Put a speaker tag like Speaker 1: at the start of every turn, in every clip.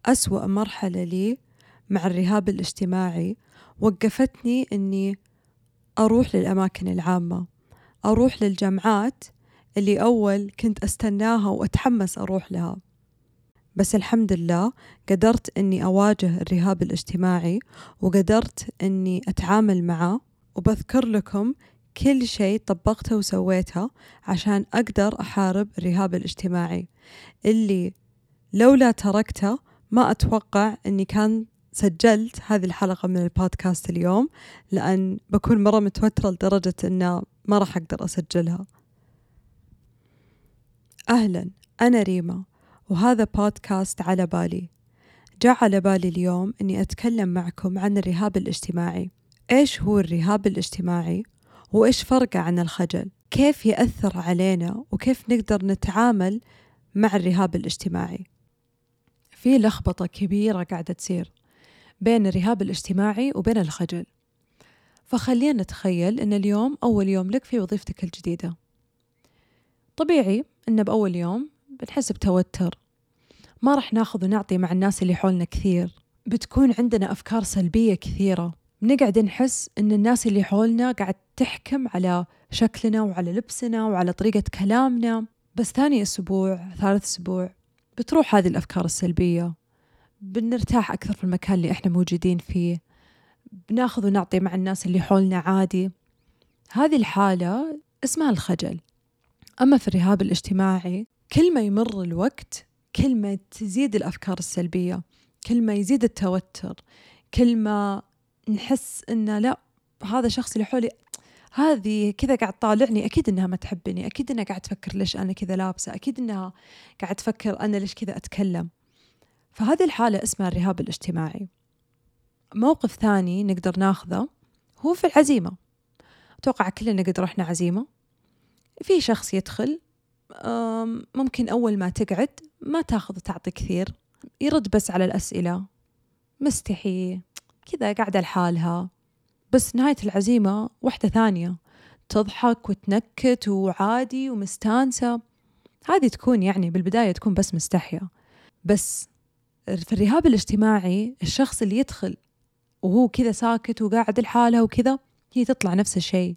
Speaker 1: أسوأ مرحلة لي مع الرهاب الاجتماعي وقفتني أني أروح للأماكن العامة، أروح للجامعات اللي أول كنت أستناها وأتحمس أروح لها. بس الحمد لله قدرت أني أواجه الرهاب الاجتماعي وقدرت أني أتعامل معه، وبذكر لكم كل شيء طبقته وسويته عشان أقدر أحارب الرهاب الاجتماعي اللي لولا تركته ما أتوقع أني كان سجلت هذه الحلقة من البودكاست اليوم، لأن بكون مرة متوترة لدرجة أنه ما راح أقدر أسجلها. أهلا، أنا ريما وهذا بودكاست على بالي. جاء على بالي اليوم أني أتكلم معكم عن الرهاب الاجتماعي. إيش هو الرهاب الاجتماعي؟ وإيش فرقه عن الخجل؟ كيف يأثر علينا؟ وكيف نقدر نتعامل مع الرهاب الاجتماعي؟ في لخبطة كبيرة قاعدة تصير بين الرهاب الاجتماعي وبين الخجل. فخلينا نتخيل أن اليوم أول يوم لك في وظيفتك الجديدة. طبيعي أن بأول يوم بنحس بتوتر، ما رح ناخذ ونعطي مع الناس اللي حولنا كثير، بتكون عندنا أفكار سلبية كثيرة، بنقعد نحس أن الناس اللي حولنا قاعد تحكم على شكلنا وعلى لبسنا وعلى طريقة كلامنا. بس ثاني أسبوع ثالث أسبوع بتروح هذه الأفكار السلبية، بنرتاح أكثر في المكان اللي إحنا موجودين فيه، بناخذ ونعطي مع الناس اللي حولنا عادي. هذه الحالة اسمها الخجل. أما في الرهاب الاجتماعي كل ما يمر الوقت كل ما تزيد الأفكار السلبية، كل ما يزيد التوتر، كل ما نحس إنه لا، هذا الشخص اللي حولي هذه كذا قاعد طالعني، أكيد إنها ما تحبني، أكيد إنها قاعد تفكر ليش أنا كذا لابسة، أكيد إنها قاعد تفكر أنا ليش كذا أتكلم. فهذه الحالة اسمها الرهاب الاجتماعي. موقف ثاني نقدر ناخذه هو في العزيمة. أتوقع كلنا قد رحنا عزيمة، في شخص يدخل ممكن أول ما تقعد ما تاخذ وتعطي كثير، يرد بس على الأسئلة، مستحي كذا قاعدة لحالها. بس نهاية العزيمة واحدة ثانية تضحك وتنكت وعادي ومستانسة. هذه تكون يعني بالبداية تكون بس مستحية. بس في الرهاب الاجتماعي الشخص اللي يدخل وهو كذا ساكت وقاعد لحالها وكذا، هي تطلع نفس الشيء.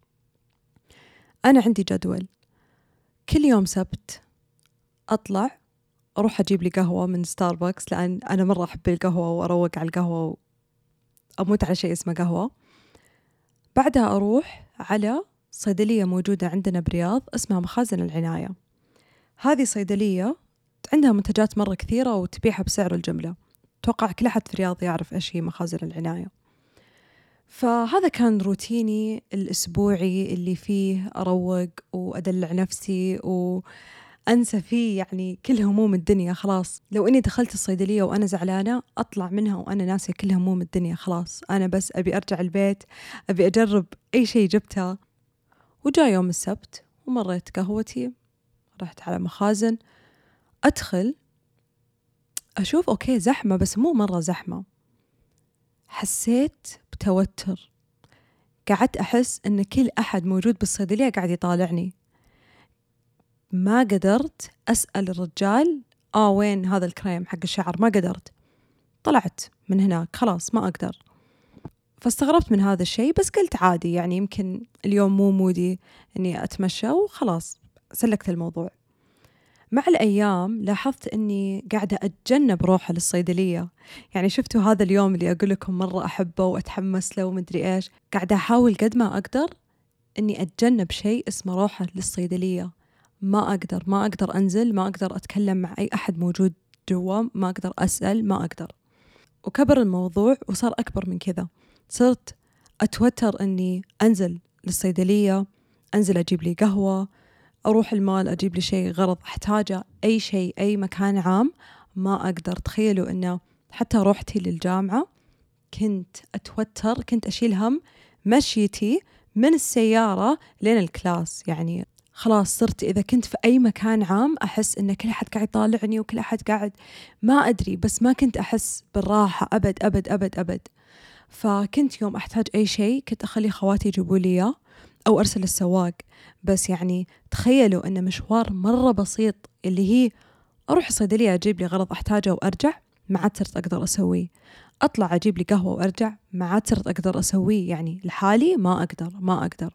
Speaker 1: أنا عندي جدول، كل يوم سبت أطلع أروح أجيب لي قهوة من ستاربكس، لأن أنا مرة أحب القهوة وأروق على القهوة وأموت على شيء اسمه قهوة. بعدها أروح على صيدلية موجودة عندنا برياض اسمها مخازن العناية. هذه صيدلية عندها منتجات مرة كثيرة وتبيعها بسعر الجملة. أتوقع كل أحد في رياض يعرف إيش هي مخازن العناية. فهذا كان روتيني الأسبوعي اللي فيه أروق وأدلع نفسي وأنسى فيه يعني كل هموم الدنيا. خلاص لو إني دخلت الصيدلية وأنا زعلانة أطلع منها وأنا ناسية كل هموم الدنيا. خلاص أنا بس أبي أرجع البيت، أبي أجرب أي شيء جبتها. وجاء يوم السبت ومريت قهوتي، رحت على مخازن، أدخل أشوف أوكي زحمة بس مو مرة زحمة. حسيت بتوتر، قعدت أحس أن كل أحد موجود بالصيدلية قاعد يطالعني. ما قدرت أسأل الرجال وين هذا الكريم حق الشعر، ما قدرت، طلعت من هناك خلاص ما أقدر. فاستغربت من هذا الشيء، بس قلت عادي يعني يمكن اليوم مو مودي أني أتمشى وخلاص سلكت الموضوع. مع الأيام لاحظت أني قاعدة أتجنب روحة للصيدلية. يعني شفتوا هذا اليوم اللي أقول لكم مرة أحبه وأتحمس له ومدري إيش، قاعدة أحاول قد ما أقدر أني أتجنب شيء اسمه روحة للصيدلية. ما أقدر أنزل، ما أقدر أتكلم مع أي أحد موجود جوا، ما أقدر أسأل، ما أقدر. وكبر الموضوع وصار أكبر من كذا، صرت أتوتر أني أنزل للصيدلية، أنزل أجيب لي قهوة، أروح المال أجيب لي شيء غرض أحتاجه، أي شيء أي مكان عام ما أقدر. تخيلوا أنه حتى روحتي للجامعة كنت أتوتر، كنت أشيل هم مشيتي من السيارة لين الكلاس. يعني خلاص صرت إذا كنت في أي مكان عام أحس إن كل أحد قاعد يطالعني وكل أحد قاعد، ما أدري، بس ما كنت أحس بالراحة أبد أبد أبد أبد. فكنت يوم أحتاج أي شيء كنت أخلي خواتي يجيبوا لي إياه أو أرسل السواق. بس يعني تخيلوا أن مشوار مرة بسيط اللي هي أروح الصيدلية أجيب لي غرض أحتاجه وأرجع، ما عاد صرت أقدر أسويه. أطلع أجيب لي قهوة وأرجع، ما عاد صرت أقدر أسويه، يعني لحالي ما أقدر.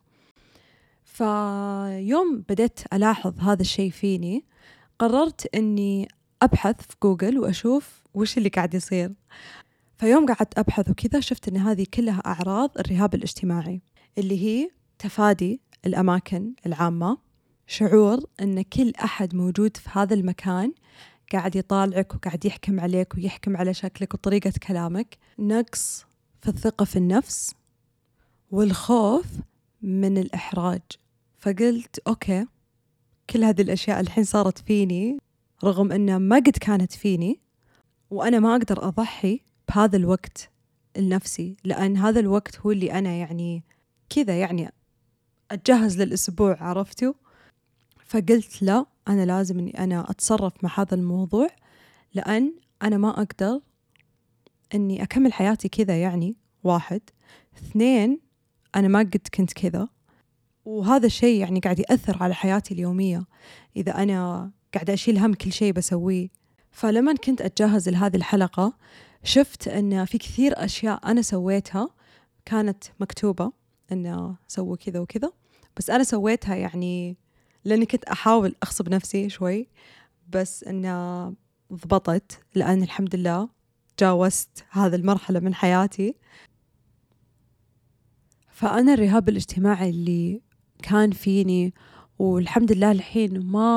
Speaker 1: فيوم بديت ألاحظ هذا الشيء فيني، قررت أني أبحث في جوجل وأشوف وش اللي قاعد يصير. فيوم قعدت أبحث وكذا شفت أن هذه كلها أعراض الرهاب الاجتماعي، اللي هي تفادي الأماكن العامة، شعور أن كل أحد موجود في هذا المكان قاعد يطالعك وقاعد يحكم عليك ويحكم على شكلك وطريقة كلامك، نقص في الثقة في النفس، والخوف من الإحراج. فقلت أوكي، كل هذه الأشياء الحين صارت فيني رغم أنها ما قد كانت فيني، وأنا ما أقدر أضحي بهذا الوقت النفسي، لأن هذا الوقت هو اللي أنا يعني كذا يعني أتجهز للأسبوع، عرفتوا؟ فقلت لا، أنا لازم أني أنا أتصرف مع هذا الموضوع، لأن أنا ما أقدر أني أكمل حياتي كذا. يعني 1، 2، أنا ما قد كنت كذا، وهذا الشيء يعني قاعد يأثر على حياتي اليومية إذا أنا قاعدة أشيل هم كل شيء بسويه. فلما كنت أتجهز لهذه الحلقة شفت أن في كثير أشياء أنا سويتها كانت مكتوبة أن سووا كذا وكذا، بس أنا سويتها يعني لأني كنت أحاول أغصب نفسي شوي، بس أنها ضبطت لأن الحمد لله تجاوزت هذه المرحلة من حياتي. فأنا الرهاب الاجتماعي اللي كان فيني والحمد لله الحين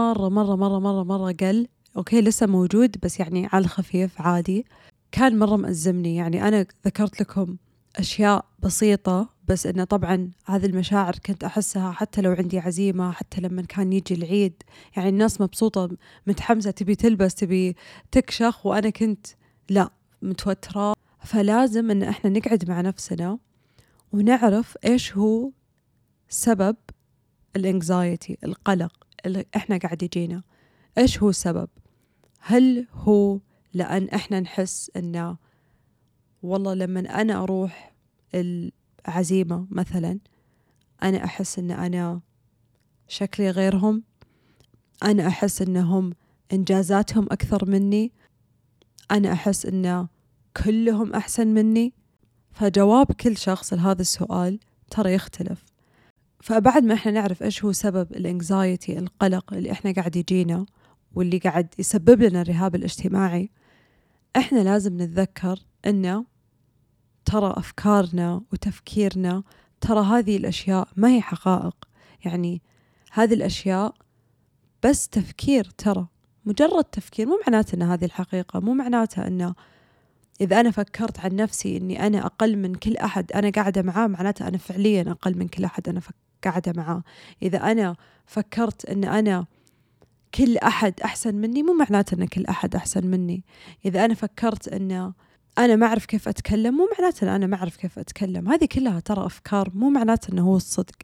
Speaker 1: مرة قل. أوكي لسه موجود بس يعني على الخفيف عادي. كان مرة مأزمني، يعني أنا ذكرت لكم أشياء بسيطة، بس إنه طبعا هذه المشاعر كنت أحسها حتى لو عندي عزيمة، حتى لما كان يجي العيد، يعني الناس مبسوطة متحمسة تبي تلبس تبي تكشخ، وأنا كنت لا، متوترة. فلازم إن إحنا نقعد مع نفسنا ونعرف إيش هو سبب الانكزايتي، القلق اللي إحنا قاعد يجينا. إيش هو السبب؟ هل هو لأن إحنا نحس إنه والله لما أنا أروح العزيمة مثلا أنا أحس إن أنا شكلي غيرهم، أنا أحس إنهم إنجازاتهم أكثر مني، أنا أحس إن كلهم أحسن مني؟ فجواب كل شخص لهذا السؤال ترى يختلف. فبعد ما إحنا نعرف إيش هو سبب الانكزايتي، القلق اللي إحنا قاعد يجينا واللي قاعد يسبب لنا الرهاب الاجتماعي، إحنا لازم نتذكر إنه ترى أفكارنا وتفكيرنا، ترى هذه الأشياء ما هي حقائق. يعني هذه الأشياء بس تفكير، ترى مجرد تفكير، مو معناته أن هذه الحقيقة، مو معناته أنه إذا أنا فكرت عن نفسي أني أنا أقل من كل أحد أنا قاعدة معاه معناته أنا فعليا أقل من كل أحد أنا قاعدة معاه. إذا أنا فكرت أن أنا كل أحد أحسن مني مو معناته أن كل أحد أحسن مني. إذا أنا فكرت أن أنا ما أعرف كيف أتكلم مو معناته أن أنا ما أعرف كيف أتكلم. هذه كلها ترى أفكار، مو معناته أنه هو الصدق.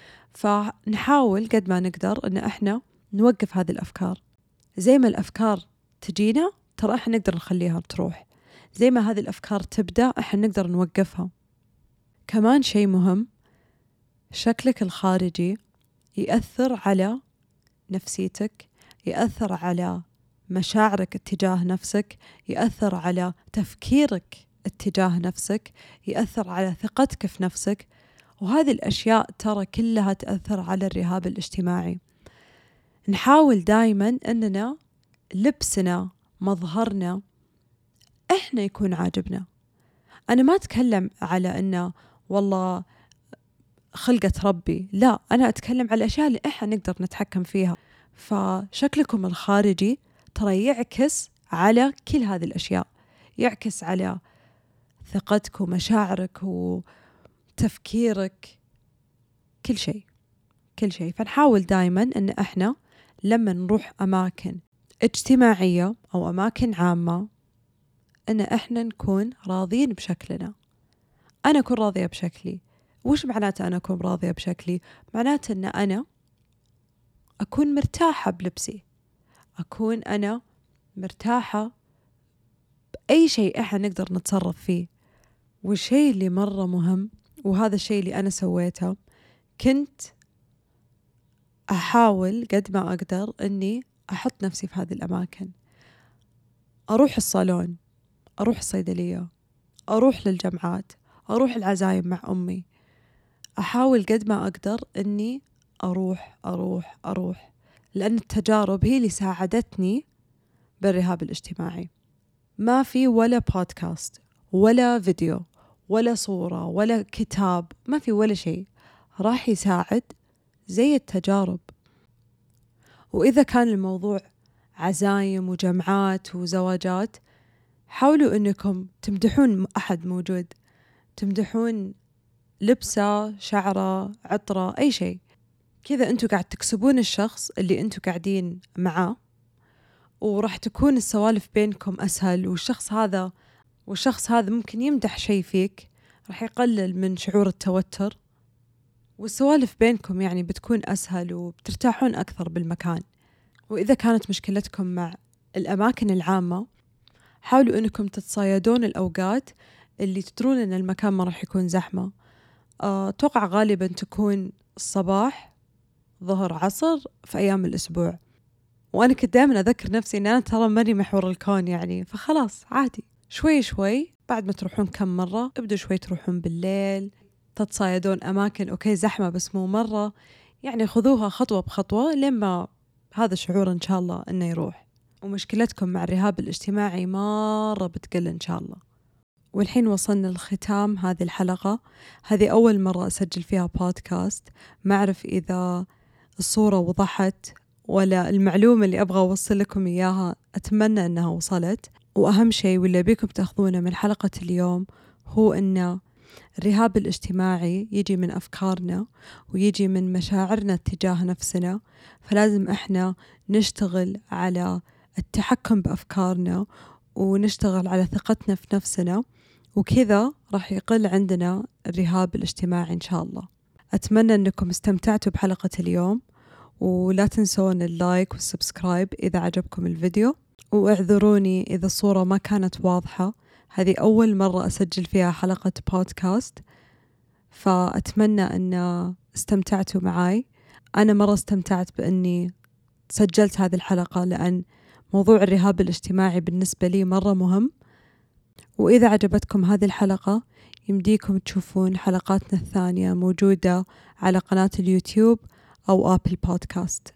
Speaker 1: فنحاول قد ما نقدر أن إحنا نوقف هذه الأفكار. زي ما الأفكار تجينا ترى إحنا نقدر نخليها تروح، زي ما هذه الأفكار تبدأ إحنا نقدر نوقفها. كمان شيء مهم، شكلك الخارجي يأثر على نفسيتك، يأثر على مشاعرك اتجاه نفسك، يأثر على تفكيرك اتجاه نفسك، يأثر على ثقتك في نفسك. وهذه الأشياء ترى كلها تأثر على الرهاب الاجتماعي. نحاول دائما أننا لبسنا، مظهرنا، إحنا يكون عاجبنا. أنا ما أتكلم على أنه والله خلقة ربي، لا، أنا أتكلم على الأشياء اللي إحنا نقدر نتحكم فيها. فشكلكم الخارجي ترى يعكس على كل هذه الأشياء، يعكس على ثقتك ومشاعرك وتفكيرك، كل شيء كل شيء. فنحاول دائما أن إحنا لما نروح أماكن اجتماعية أو أماكن عامة أن إحنا نكون راضين بشكلنا. أنا أكون راضية بشكلي. وش معناته أنا أكون راضية بشكلي؟ معناته أن أنا أكون مرتاحة بلبسي، أكون أنا مرتاحة بأي شيء إحنا نقدر نتصرف فيه. والشيء اللي مرة مهم، وهذا الشيء اللي أنا سويته، كنت أحاول قد ما أقدر أني أحط نفسي في هذه الأماكن. أروح الصالون، أروح الصيدلية، أروح للجمعات، أروح العزايم مع أمي، أحاول قد ما أقدر أني أروح، لأن التجارب هي اللي ساعدتني بالرهاب الاجتماعي. ما في ولا بودكاست ولا فيديو ولا صورة ولا كتاب، ما في ولا شيء راح يساعد زي التجارب. وإذا كان الموضوع عزايم وجمعات وزواجات، حاولوا أنكم تمدحون أحد موجود، تمدحون لبسه، شعره، عطره، أي شيء كذا. أنتوا قاعد تكسبون الشخص اللي أنتوا قاعدين معاه، وراح تكون السوالف بينكم أسهل. والشخص هذا ممكن يمدح شيء فيك، راح يقلل من شعور التوتر، والسوالف بينكم يعني بتكون أسهل وبترتاحون أكثر بالمكان. وإذا كانت مشكلتكم مع الأماكن العامة، حاولوا أنكم تتصايدون الأوقات اللي تدرون أن المكان ما راح يكون زحمة. أتوقع غالبا تكون الصباح، ظهر، عصر في أيام الأسبوع. وأنا كنت دائما أذكر نفسي أن أنا ترى ماني محور الكون يعني، فخلاص عادي، شوي شوي بعد ما تروحون كم مرة ابدوا شوي تروحون بالليل، تتصايدون أماكن أوكي زحمة بس مو مرة، يعني خذوها خطوة بخطوة لما هذا الشعور إن شاء الله إنه يروح، ومشكلتكم مع الرهاب الاجتماعي مرة بتقل إن شاء الله. والحين وصلنا لختام هذه الحلقة. هذه أول مرة أسجل فيها بودكاست، ما أعرف إذا الصورة وضحت ولا المعلومة اللي أبغى أوصل لكم إياها أتمنى أنها وصلت. وأهم شيء واللي بيكم تأخذونه من حلقة اليوم هو أن الرهاب الاجتماعي يجي من أفكارنا ويجي من مشاعرنا تجاه نفسنا، فلازم إحنا نشتغل على التحكم بأفكارنا ونشتغل على ثقتنا في نفسنا، وكذا راح يقل عندنا الرهاب الاجتماعي إن شاء الله. أتمنى أنكم استمتعتوا بحلقة اليوم، ولا تنسون اللايك والسبسكرايب إذا عجبكم الفيديو، واعذروني إذا الصورة ما كانت واضحة، هذه أول مرة أسجل فيها حلقة بودكاست، فأتمنى أن استمتعتوا معاي. أنا مرة استمتعت بأني سجلت هذه الحلقة، لأن موضوع الرهاب الاجتماعي بالنسبة لي مرة مهم. وإذا عجبتكم هذه الحلقة يمديكم تشوفون حلقاتنا الثانية موجودة على قناة اليوتيوب أو آبل بودكاست.